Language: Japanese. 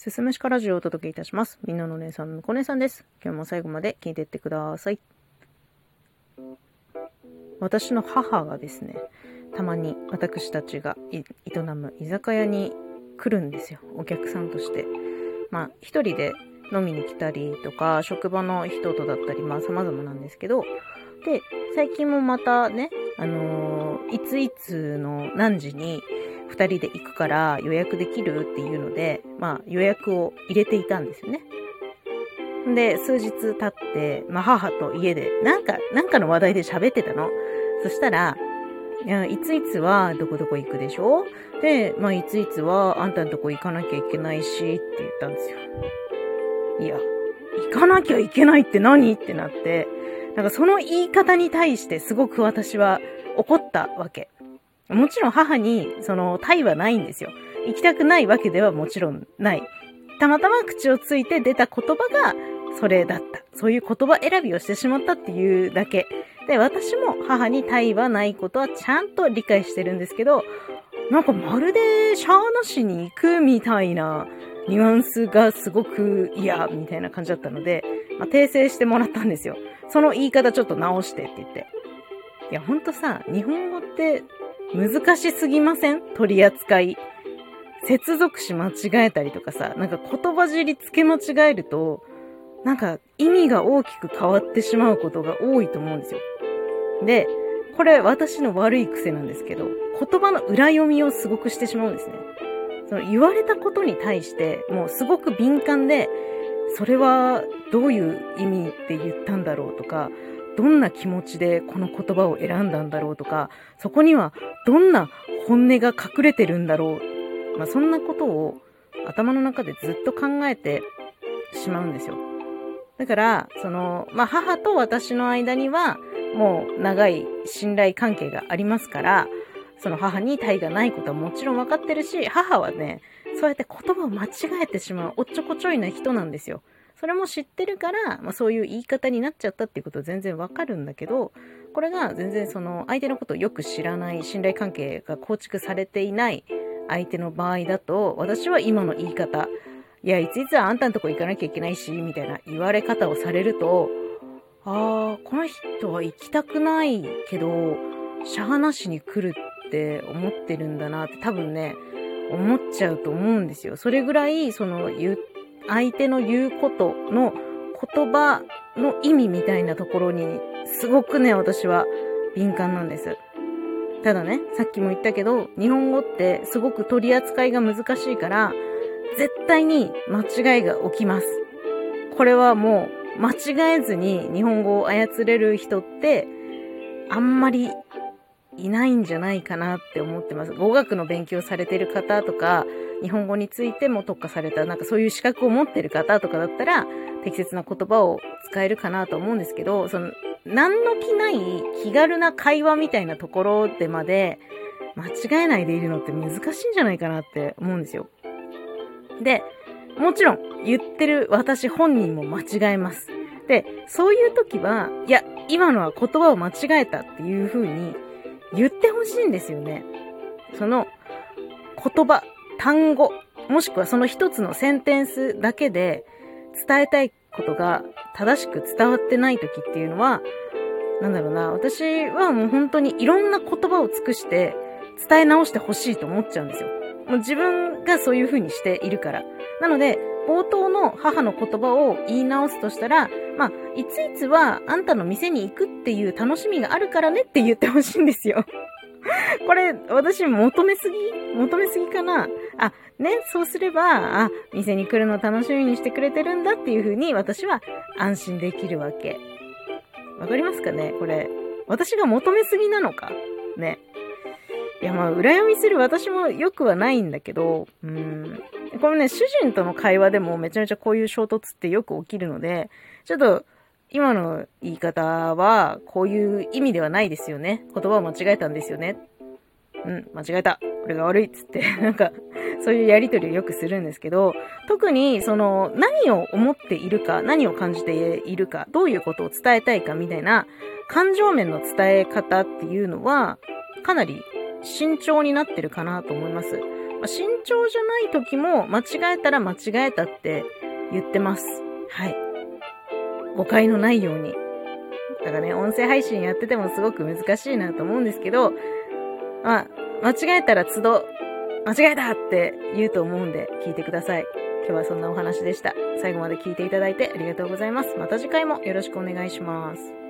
すすむしかラジオをお届けいたします。みんなのお姉さんのこ姉さんです。今日も最後まで聞いていってください。私の母がですね、たまに私たちが営む居酒屋に来るんですよ。お客さんとして。一人で飲みに来たりとか、職場の人とだったり、様々なんですけど、で、最近もまたね、いついつの何時に二人で行くから予約できるっていうので、予約を入れていたんですよね。で、数日経って、母と家でなんかの話題で喋ってたの。そしたら、いついつはどこどこ行くでしょ？で、いついつはあんたのとこ行かなきゃいけないしって言ったんですよ。いや、行かなきゃいけないって何？ってなって、その言い方に対してすごく私は怒ったわけ。もちろん母に対はないんですよ。行きたくないわけではもちろんない。たまたま口をついて出た言葉がそれだった。そういう言葉選びをしてしまったっていうだけ。で、私も母に対はないことはちゃんと理解してるんですけど、まるでシャアなしに行くみたいなニュアンスがすごく嫌みたいな感じだったので、訂正してもらったんですよ。その言い方ちょっと直してって言って。いや、ほんとさ、日本語って難しすぎません？取り扱い。接続詞間違えたりとかさ、言葉尻付け間違えると、意味が大きく変わってしまうことが多いと思うんですよ。で、これ私の悪い癖なんですけど、言葉の裏読みをすごくしてしまうんですね。言われたことに対して、もうすごく敏感で、それはどういう意味で言ったんだろうとか、どんな気持ちでこの言葉を選んだんだろうとか、そこにはどんな本音が隠れてるんだろう。そんなことを頭の中でずっと考えてしまうんですよ。だから、母と私の間には、もう長い信頼関係がありますから、母に対がないことはもちろん分かってるし、母はね、そうやって言葉を間違えてしまうおっちょこちょいな人なんですよ。それも知ってるから、そういう言い方になっちゃったっていうことは全然わかるんだけど、これが全然相手のことをよく知らない、信頼関係が構築されていない相手の場合だと、私は今の言い方、いや、いついつはあんたのとこ行かなきゃいけないし、みたいな言われ方をされると、この人は行きたくないけど、しゃーなしに来るって思ってるんだなって多分ね、思っちゃうと思うんですよ。それぐらい、相手の言うことの言葉の意味みたいなところに、すごくね、私は敏感なんです。ただね、さっきも言ったけど、日本語ってすごく取り扱いが難しいから、絶対に間違いが起きます。これはもう間違えずに日本語を操れる人ってあんまりいないんじゃないかなって思ってます。語学の勉強されてる方とか、日本語についても特化されたそういう資格を持ってる方とかだったら適切な言葉を使えるかなと思うんですけど、何の気ない気軽な会話みたいなところでまで間違えないでいるのって難しいんじゃないかなって思うんですよ。で、もちろん言ってる私本人も間違えます。で、そういう時は、いや、今のは言葉を間違えたっていう風に言ってほしいんですよね。その言葉、単語、もしくはその一つのセンテンスだけで伝えたいことが正しく伝わってない時っていうのは、私はもう本当にいろんな言葉を尽くして伝え直してほしいと思っちゃうんですよ。もう自分がそういう風にしているから。なので、冒頭の母の言葉を言い直すとしたら、いついつはあんたの店に行くっていう楽しみがあるからねって言ってほしいんですよ。これ、私求めすぎかな？そうすれば、店に来るの楽しみにしてくれてるんだっていう風に私は安心できるわけ。わかりますかね？これ、私が求めすぎなのかね。いや、裏読みする私も良くはないんだけど、これね、主人との会話でもめちゃめちゃこういう衝突ってよく起きるので、ちょっと、今の言い方は、こういう意味ではないですよね。言葉を間違えたんですよね。間違えた。これが悪いっつって、そういうやりとりをよくするんですけど、特に、何を思っているか、何を感じているか、どういうことを伝えたいかみたいな、感情面の伝え方っていうのは、かなり慎重になってるかなと思います。 慎重じゃない時も間違えたら間違えたって言ってます。はい。誤解のないように。だからね、音声配信やっててもすごく難しいなと思うんですけど、間違えたら都度、間違えたって言うと思うんで聞いてください。今日はそんなお話でした。最後まで聞いていただいてありがとうございます。また次回もよろしくお願いします。